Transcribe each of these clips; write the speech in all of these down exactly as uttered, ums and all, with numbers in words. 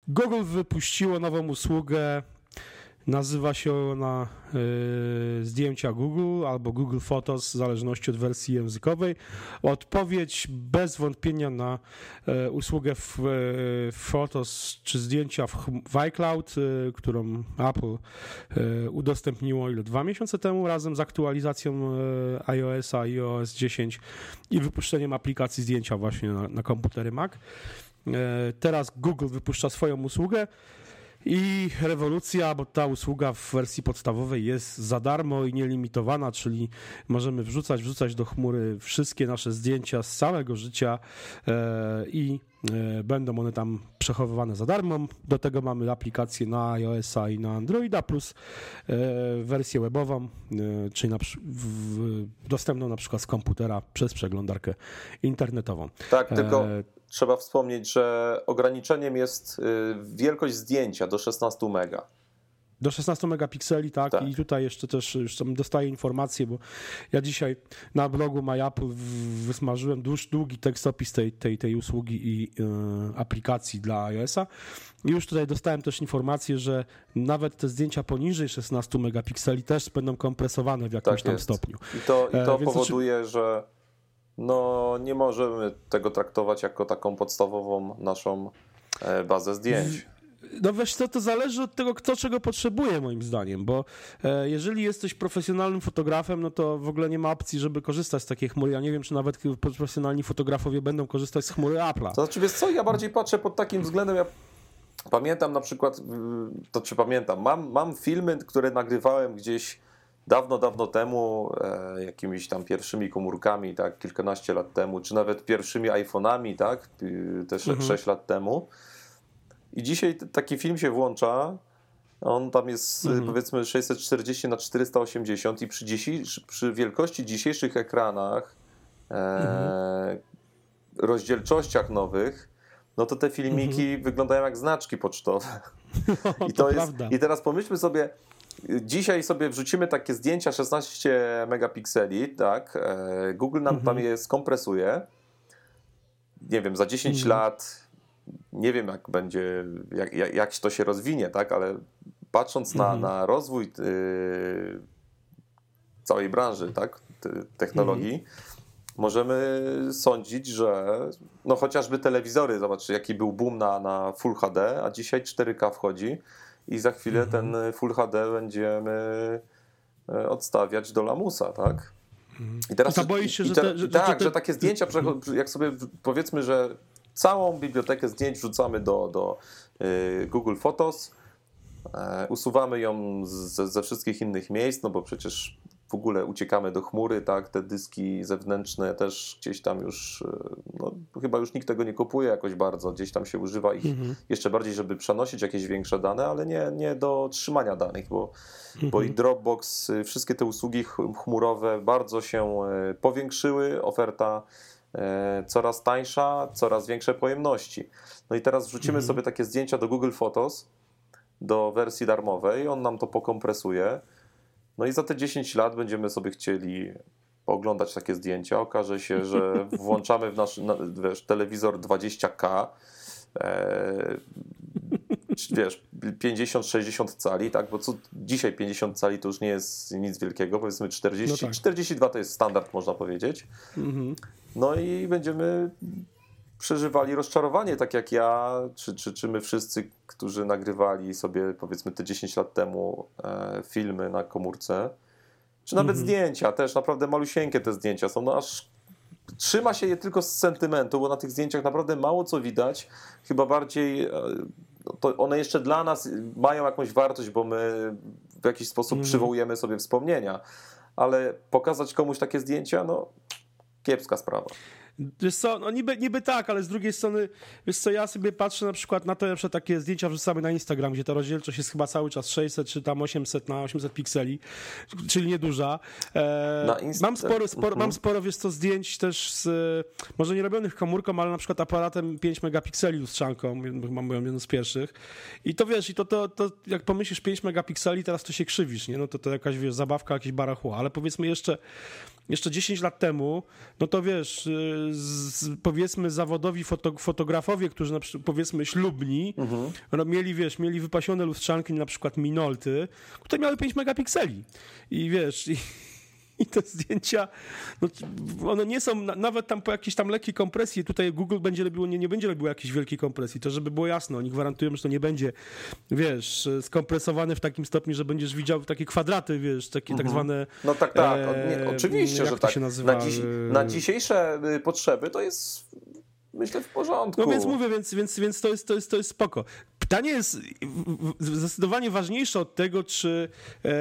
Google wypuściło nową usługę, nazywa się ona y, zdjęcia Google albo Google Photos, w zależności od wersji językowej. Odpowiedź bez wątpienia na y, usługę w, y, Photos czy zdjęcia w, w iCloud, y, którą Apple y, udostępniło ile dwa miesiące temu razem z aktualizacją y, iOS-a i o es dziesięć i wypuszczeniem aplikacji zdjęcia właśnie na, na komputery Mac. Y, teraz Google wypuszcza swoją usługę. I rewolucja, bo ta usługa w wersji podstawowej jest za darmo i nielimitowana, czyli możemy wrzucać, wrzucać do chmury wszystkie nasze zdjęcia z całego życia e, i e, będą one tam przechowywane za darmo. Do tego mamy aplikację na iOS-a i na Androida plus e, wersję webową, e, czyli na, w, dostępną na przykład z komputera przez przeglądarkę internetową. Tak, tylko... E, Trzeba wspomnieć, że ograniczeniem jest wielkość zdjęcia do szesnaście mega. Do szesnaście megapikseli, tak? tak. I tutaj jeszcze też już dostaję informację, bo ja dzisiaj na blogu MyApple wysmażyłem dłuż, długi tekstopis tej, tej, tej usługi i yy, aplikacji dla iOS-a. I już tutaj dostałem też informację, że nawet te zdjęcia poniżej szesnaście megapikseli też będą kompresowane w jakimś tak tam jest. stopniu. I to, i to e, powoduje, czy... że no nie możemy tego traktować jako taką podstawową naszą bazę zdjęć. No wiesz co, to zależy od tego, kto czego potrzebuje moim zdaniem, bo e, jeżeli jesteś profesjonalnym fotografem, no to w ogóle nie ma opcji, żeby korzystać z takiej chmury. Ja nie wiem, czy nawet profesjonalni fotografowie będą korzystać z chmury Apple'a. To znaczy, wiesz co, ja bardziej patrzę pod takim względem, ja pamiętam na przykład, to czy pamiętam, mam, mam filmy, które nagrywałem gdzieś dawno, dawno temu, e, jakimiś tam pierwszymi komórkami, tak, kilkanaście lat temu, czy nawet pierwszymi iPhone'ami, tak, też mhm. sześć lat temu. I dzisiaj t- taki film się włącza, on tam jest mhm. powiedzmy sześćset czterdzieści na czterysta osiemdziesiąt i przy, dzisiejszy, przy wielkości dzisiejszych ekranach, e, mhm. rozdzielczościach nowych, no to te filmiki mhm. wyglądają jak znaczki pocztowe. No, I, to to jest, I teraz pomyślmy sobie, dzisiaj sobie wrzucimy takie zdjęcia szesnaście megapikseli, tak? Google nam mhm. tam je skompresuje. Nie wiem, za dziesięć mhm. lat, nie wiem jak będzie, jak, jak, jak to się rozwinie, tak? Ale patrząc mhm. na, na rozwój yy, całej branży, tak? Technologii, mhm. możemy sądzić, że no chociażby telewizory, zobacz jaki był boom na, na Full H D, a dzisiaj cztery K wchodzi. I za chwilę mhm. ten Full H D będziemy odstawiać do lamusa, tak? Mhm. I teraz, boisz się, i, że, te, te, że, tak, że, te... że takie zdjęcia, jak sobie powiedzmy, że całą bibliotekę zdjęć wrzucamy do, do y, Google Photos, y, usuwamy ją z, ze wszystkich innych miejsc, no bo przecież w ogóle uciekamy do chmury, tak? Te dyski zewnętrzne też gdzieś tam już, no chyba już nikt tego nie kupuje jakoś bardzo, gdzieś tam się używa ich mhm. jeszcze bardziej, żeby przenosić jakieś większe dane, ale nie, nie do trzymania danych, bo, mhm. bo i Dropbox, wszystkie te usługi chmurowe bardzo się powiększyły, oferta coraz tańsza, coraz większe pojemności. No i teraz wrzucimy mhm. sobie takie zdjęcia do Google Photos, do wersji darmowej, on nam to pokompresuje. No i za te dziesięć lat będziemy sobie chcieli pooglądać takie zdjęcia. Okaże się, że włączamy w nasz wiesz, telewizor dwadzieścia K, e, wiesz, pięćdziesiąt sześćdziesiąt cali, tak? Bo co, dzisiaj pięćdziesiąt cali to już nie jest nic wielkiego, powiedzmy czterdzieści, no tak. czterdzieści dwa to jest standard, można powiedzieć. Mhm. No i będziemy przeżywali rozczarowanie, tak jak ja, czy, czy, czy my wszyscy, którzy nagrywali sobie powiedzmy te dziesięć lat temu e, filmy na komórce, czy nawet mm-hmm. zdjęcia, też naprawdę malusieńkie te zdjęcia są, no aż trzyma się je tylko z sentymentu, bo na tych zdjęciach naprawdę mało co widać, chyba bardziej e, to one jeszcze dla nas mają jakąś wartość, bo my w jakiś sposób mm-hmm. przywołujemy sobie wspomnienia, ale pokazać komuś takie zdjęcia, no kiepska sprawa. Wiesz co, no niby, niby tak, ale z drugiej strony, wiesz co, ja sobie patrzę na przykład na te, że takie zdjęcia wrzucamy na Instagram, gdzie ta rozdzielczość jest chyba cały czas sześćset czy tam osiemset na osiemset pikseli, czyli nieduża. E, Inst- mam sporo, sporo, uh-huh. mam sporo, wiesz co, zdjęć też z, może nie robionych komórką, ale na przykład aparatem pięć megapikseli lustrzanką, mam jedną z pierwszych. I to wiesz, i to, to, to jak pomyślisz pięć megapikseli, teraz to się krzywisz, nie? No to to jakaś, wiesz, zabawka, jakieś barachło, ale powiedzmy jeszcze jeszcze dziesięć lat temu, no to wiesz, z, powiedzmy zawodowi foto, fotografowie, którzy na przykład, powiedzmy ślubni, mhm. no, mieli, wiesz, mieli wypasione lustrzanki, na przykład Minolty, które miały pięć megapikseli i wiesz... I, I te zdjęcia, no, one nie są, nawet tam po jakiejś tam lekkiej kompresji, tutaj Google będzie robiło, nie, nie będzie robiło jakiejś wielkiej kompresji, to żeby było jasne, oni gwarantują, że to nie będzie, wiesz, skompresowane w takim stopniu, że będziesz widział takie kwadraty, wiesz, takie mhm. tak zwane... No tak, tak, e, nie, oczywiście, że tak. Nazywa, na, dziś, na dzisiejsze potrzeby to jest... Myślę, w porządku. No więc mówię, więc, więc, więc to, jest, to, jest, to jest spoko. Pytanie jest zdecydowanie ważniejsze od tego, czy e,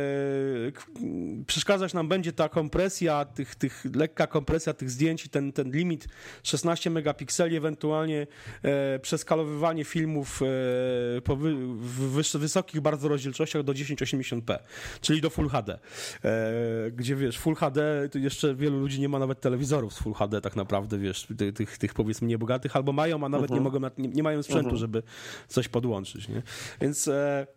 przeszkadzać nam będzie ta kompresja, tych, tych, lekka kompresja tych zdjęć i ten, ten limit szesnaście megapikseli, ewentualnie e, przeskalowywanie filmów e, po wy, w wysokich bardzo rozdzielczościach do tysiąc osiemdziesiąt p, czyli do Full H D. E, gdzie wiesz, Full H D, to jeszcze wielu ludzi nie ma nawet telewizorów z Full H D tak naprawdę, wiesz, tych, tych, tych powiedzmy niebogatych, albo mają, a nawet uh-huh. nie mogą, nie, nie mają sprzętu, uh-huh. żeby coś podłączyć, nie? Więc e,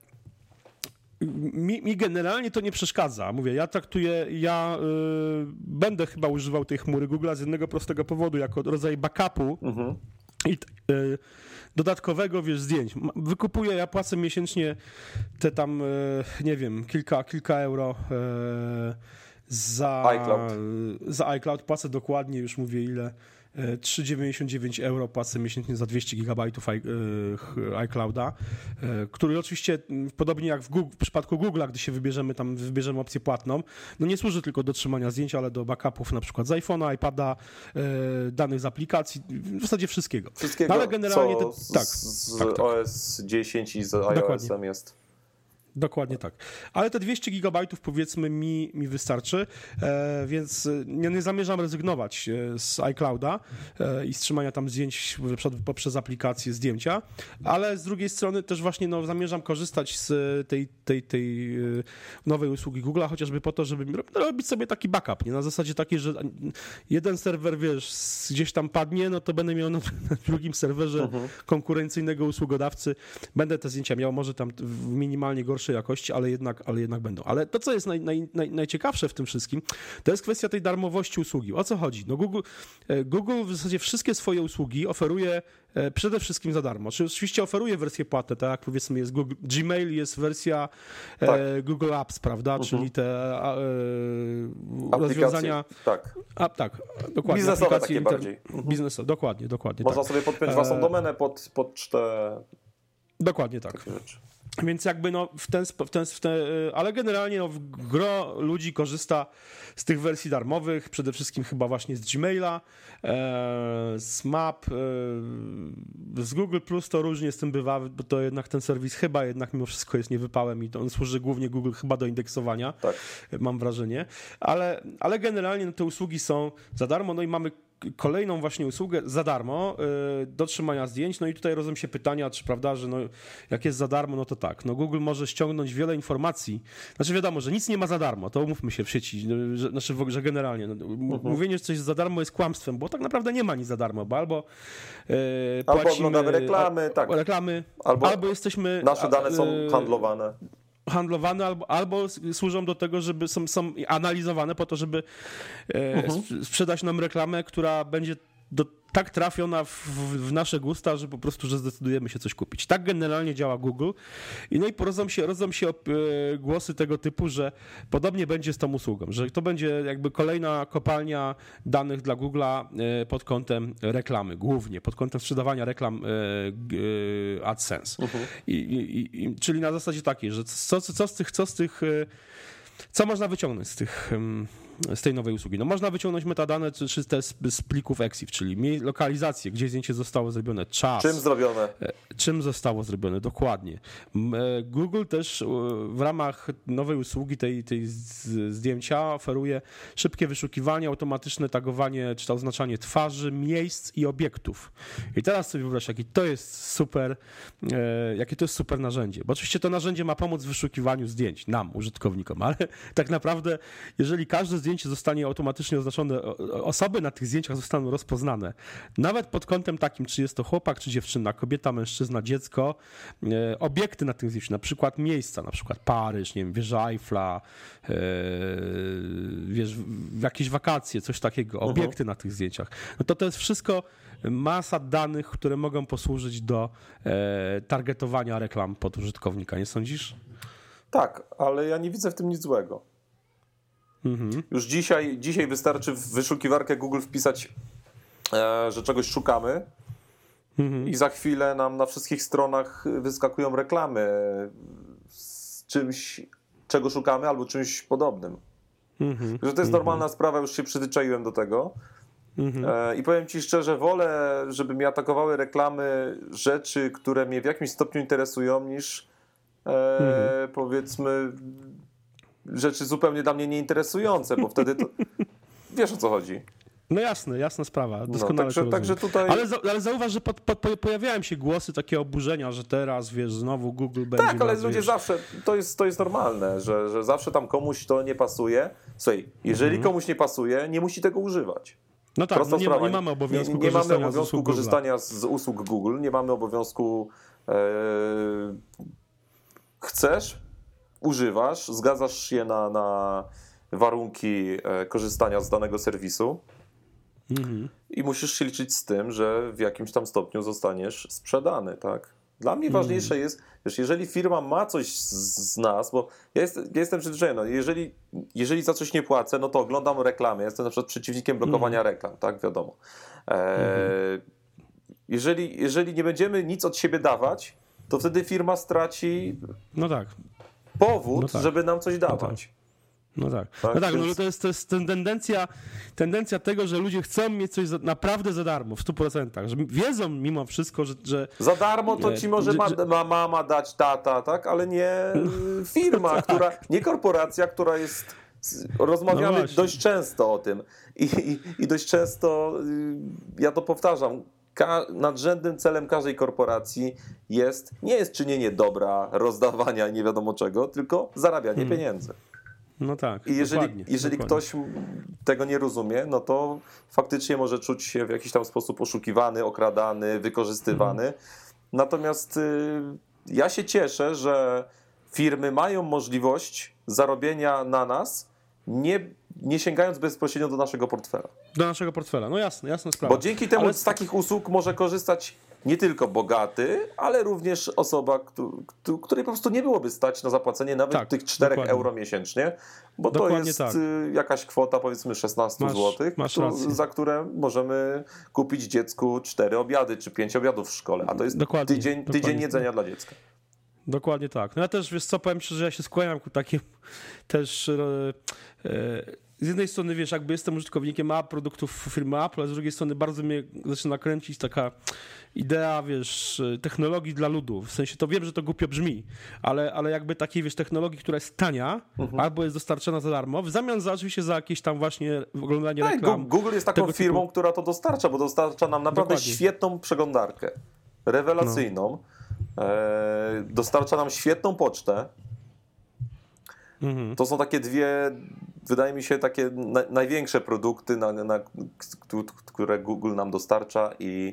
mi, mi generalnie to nie przeszkadza. Mówię, ja traktuję, ja y, będę chyba używał tej chmury Google'a z jednego prostego powodu, jako rodzaj backupu uh-huh. i y, dodatkowego, wiesz, zdjęć. Wykupuję, ja płacę miesięcznie te tam, y, nie wiem, kilka, kilka euro y, za iCloud. Za iCloud płacę dokładnie, już mówię ile, trzy dziewięćdziesiąt dziewięć euro płacę miesięcznie za dwieście gigabajtów iClouda, który oczywiście, podobnie jak w, Google, w przypadku Google'a, gdy się wybierzemy tam, wybierzemy opcję płatną, no nie służy tylko do trzymania zdjęć, ale do backupów na przykład z iPhone'a, iPada, danych z aplikacji, w zasadzie wszystkiego. Wszystkiego, no, ale generalnie co te, tak, z tak, tak. O S dziesięć i z iOS-em jest. Dokładnie tak. Ale te dwieście gigabajtów powiedzmy mi, mi wystarczy, e, więc nie, nie zamierzam rezygnować z iClouda e, i z trzymania tam zdjęć poprzez aplikację zdjęcia, ale z drugiej strony też właśnie no, zamierzam korzystać z tej, tej, tej nowej usługi Google'a, chociażby po to, żeby robić sobie taki backup, nie? Na zasadzie takiej, że jeden serwer, wiesz, gdzieś tam padnie, no to będę miał na drugim serwerze uh-huh. konkurencyjnego usługodawcy, będę te zdjęcia miał, może tam w minimalnie gorszej jakości, ale jednak, ale jednak będą. Ale to, co jest naj, naj, naj, najciekawsze w tym wszystkim, to jest kwestia tej darmowości usługi. O co chodzi? No Google, Google w zasadzie wszystkie swoje usługi oferuje przede wszystkim za darmo. Czy oczywiście oferuje wersje płatne, tak jak powiedzmy jest Google, Gmail, jest wersja tak. e, Google Apps, prawda, uh-huh. czyli te e, rozwiązania... Tak. A, tak, dokładnie. Biznesowe takie inter... bardziej. Uh-huh. Biznesowe, dokładnie, dokładnie. Można tak. sobie podpiąć własną domenę pod, pod czte... Dokładnie tak. Więc jakby no w ten, w ten, w ten ale generalnie no gro ludzi korzysta z tych wersji darmowych, przede wszystkim chyba właśnie z Gmaila, e, z Map, e, z Google Plus to różnie z tym bywa, bo to jednak ten serwis chyba jednak mimo wszystko jest niewypałem i to on służy głównie Google chyba do indeksowania, tak. mam wrażenie, ale, ale generalnie no, te usługi są za darmo, no i mamy kolejną właśnie usługę za darmo yy, do trzymania zdjęć. No i tutaj rodzą się pytania, czy prawda, że no, jak jest za darmo, no to tak. No Google może ściągnąć wiele informacji. Znaczy wiadomo, że nic nie ma za darmo, to umówmy się w sieci, że, znaczy, że generalnie. No, uh-huh. Mówienie, że coś za darmo jest kłamstwem, bo tak naprawdę nie ma nic za darmo, bo albo yy, albo płacimy... oglądamy reklamy, a, tak. reklamy albo, albo jesteśmy... Nasze dane są yy, handlowane. handlowane albo, albo służą do tego, żeby są, są analizowane po to, żeby e, uh-huh. sprzedać nam reklamę, która będzie do, tak trafiona w, w nasze gusta, że po prostu, że zdecydujemy się coś kupić. Tak generalnie działa Google. I no i rodzą się, rodzą się e, głosy tego typu, że podobnie będzie z tą usługą, że to będzie jakby kolejna kopalnia danych dla Google'a e, pod kątem reklamy, głównie pod kątem sprzedawania reklam e, e, AdSense. Uh-huh. I, i, i, czyli na zasadzie takiej, że co, co, co z tych, co z tych, co można wyciągnąć z tych z tej nowej usługi. No można wyciągnąć metadane czy te z plików EXIF, czyli lokalizację, gdzie zdjęcie zostało zrobione, czas. Czym zrobione. Czym zostało zrobione, dokładnie. Google też w ramach nowej usługi tej, tej zdjęcia oferuje szybkie wyszukiwanie, automatyczne tagowanie czy to oznaczanie twarzy, miejsc i obiektów. I teraz sobie wyobraź, jaki to jest super, jakie to jest super narzędzie. Bo oczywiście to narzędzie ma pomóc w wyszukiwaniu zdjęć nam, użytkownikom, ale tak naprawdę jeżeli każde zdjęcie zdjęcie zostanie automatycznie oznaczone, osoby na tych zdjęciach zostaną rozpoznane. Nawet pod kątem takim, czy jest to chłopak, czy dziewczyna, kobieta, mężczyzna, dziecko, obiekty na tym zdjęciu, na przykład miejsca, na przykład Paryż, nie wiem, wieża Eiffla, wiesz, jakieś wakacje, coś takiego, obiekty uh-huh. na tych zdjęciach. No to to jest wszystko masa danych, które mogą posłużyć do targetowania reklam pod użytkownika, nie sądzisz? Tak, ale ja nie widzę w tym nic złego. Mhm. Już dzisiaj, dzisiaj wystarczy w wyszukiwarkę Google wpisać, e, że czegoś szukamy mhm. i za chwilę nam na wszystkich stronach wyskakują reklamy z czymś, czego szukamy albo czymś podobnym. Mhm. Że to jest normalna mhm. sprawa, już się przyzwyczaiłem do tego. Mhm. E, I powiem ci szczerze, wolę, żeby mnie atakowały reklamy rzeczy, które mnie w jakimś stopniu interesują, niż e, mhm. powiedzmy rzeczy zupełnie dla mnie nieinteresujące, bo wtedy to wiesz, o co chodzi. No jasne, jasna sprawa, doskonale no, także, także tutaj... ale, za, ale zauważ, że pod, pod, pojawiają się głosy takie oburzenia, że teraz, wiesz, znowu Google będzie... Tak, ale nas, ludzie wiesz... zawsze, to jest, to jest normalne, że, że zawsze tam komuś to nie pasuje. Słuchaj, jeżeli mhm. komuś nie pasuje, nie musi tego używać. No tak, no nie, ma, nie mamy obowiązku nie, nie korzystania, mamy obowiązku z, korzystania z usług Google, nie mamy obowiązku e, chcesz, używasz, zgadzasz się na, na warunki e, korzystania z danego serwisu mhm. i musisz się liczyć z tym, że w jakimś tam stopniu zostaniesz sprzedany, tak? Dla mnie mhm. ważniejsze jest, wiesz, jeżeli firma ma coś z, z nas, bo ja, jest, ja jestem przyzwyczajony, no, jeżeli, jeżeli za coś nie płacę, no to oglądam reklamy, jestem na przykład przeciwnikiem blokowania mhm. reklam, tak, wiadomo. E, mhm. jeżeli, jeżeli nie będziemy nic od siebie dawać, to wtedy firma straci no tak. powód, no tak. żeby nam coś dawać. No tak, no tak, no tak więc... no to jest, to jest tendencja, tendencja tego, że ludzie chcą mieć coś za, naprawdę za darmo, w stu procentach, że wiedzą mimo wszystko, że... że za darmo to ci może ma, ma mama dać, tata, tak, ale nie firma, no, która, tak. nie korporacja, która jest... Rozmawiamy no dość często o tym i, i, i dość często, ja to powtarzam, Ka- nadrzędnym celem każdej korporacji jest, nie jest czynienie dobra, rozdawania nie wiadomo czego, tylko zarabianie hmm. pieniędzy. No tak. I jeżeli, dokładnie, jeżeli dokładnie. ktoś tego nie rozumie, no to faktycznie może czuć się w jakiś tam sposób oszukiwany, okradany, wykorzystywany. Hmm. Natomiast y, ja się cieszę, że firmy mają możliwość zarobienia na nas, nie, nie sięgając bezpośrednio do naszego portfela. Do naszego portfela, no jasne, jasna sprawa. Bo dzięki temu ale... z takich usług może korzystać nie tylko bogaty, ale również osoba, której po prostu nie byłoby stać na zapłacenie nawet tak, tych czterech euro miesięcznie, bo dokładnie to jest tak. jakaś kwota powiedzmy szesnaście złotych, masz za które możemy kupić dziecku cztery obiady czy pięć obiadów w szkole, a to jest dokładnie, tydzień, tydzień dokładnie. jedzenia dla dziecka. Dokładnie tak. No ja też, wiesz co, powiem ci, że ja się skłaniam ku takim też e, e, z jednej strony, wiesz, jakby jestem użytkownikiem app, produktów firmy Apple, a z drugiej strony bardzo mnie zaczyna kręcić taka idea, wiesz, technologii dla ludu. W sensie to wiem, że to głupio brzmi, ale, ale jakby takiej, wiesz, technologii, która jest tania, mhm. albo jest dostarczana za darmo, w zamian za oczywiście za jakieś tam właśnie oglądanie no reklam. Google jest taką firmą, typu... która to dostarcza, bo dostarcza nam naprawdę dokładnie. Świetną przeglądarkę, rewelacyjną. No. E, dostarcza nam świetną pocztę. Mhm. To są takie dwie, wydaje mi się, takie na, największe produkty, na, na, które Google nam dostarcza i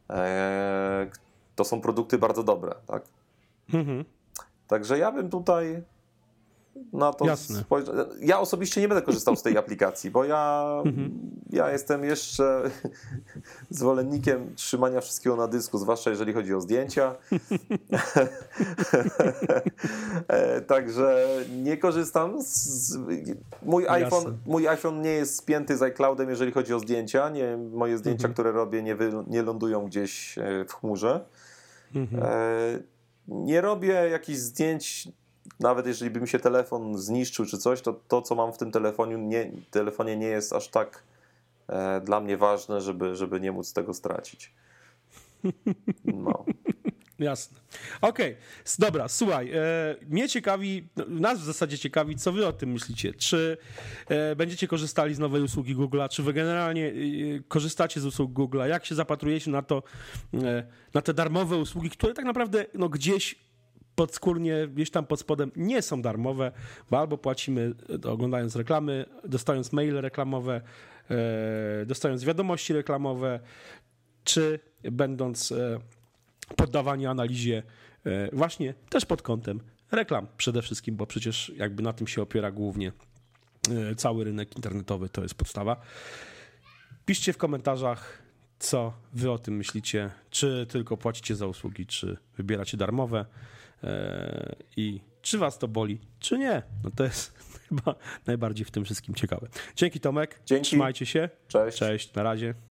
e, to są produkty bardzo dobre, tak? Mhm. Także ja bym tutaj na to spojrzał. Ja osobiście nie będę korzystał z tej aplikacji, bo ja, mhm. ja jestem jeszcze zwolennikiem trzymania wszystkiego na dysku, zwłaszcza jeżeli chodzi o zdjęcia. Także nie korzystam z... Mój iPhone, mój iPhone nie jest spięty z iCloudem, jeżeli chodzi o zdjęcia. Nie, moje zdjęcia, mhm. które robię, nie, wy, nie lądują gdzieś w chmurze. Mhm. Nie robię jakichś zdjęć. Nawet jeżeli by mi się telefon zniszczył czy coś, to to, co mam w tym telefonie, nie, telefonie nie jest aż tak e, dla mnie ważne, żeby, żeby nie móc tego stracić. No. Jasne. Okej, okay. Dobra, słuchaj, e, mnie ciekawi, nas w zasadzie ciekawi, co wy o tym myślicie. Czy e, będziecie korzystali z nowej usługi Google'a, czy wy generalnie e, korzystacie z usług Google'a, jak się zapatrujecie na to, e, na te darmowe usługi, które tak naprawdę no, gdzieś podskórnie, gdzieś tam pod spodem nie są darmowe, bo albo płacimy oglądając reklamy, dostając maile reklamowe, e, dostając wiadomości reklamowe, czy będąc e, poddawani analizie e, właśnie też pod kątem reklam przede wszystkim, bo przecież jakby na tym się opiera głównie e, cały rynek internetowy, to jest podstawa. Piszcie w komentarzach, co wy o tym myślicie, czy tylko płacicie za usługi, czy wybieracie darmowe e, i czy was to boli, czy nie. No to jest chyba najbardziej w tym wszystkim ciekawe. Dzięki Tomek, Dzięki. trzymajcie się, Cześć. cześć, na razie.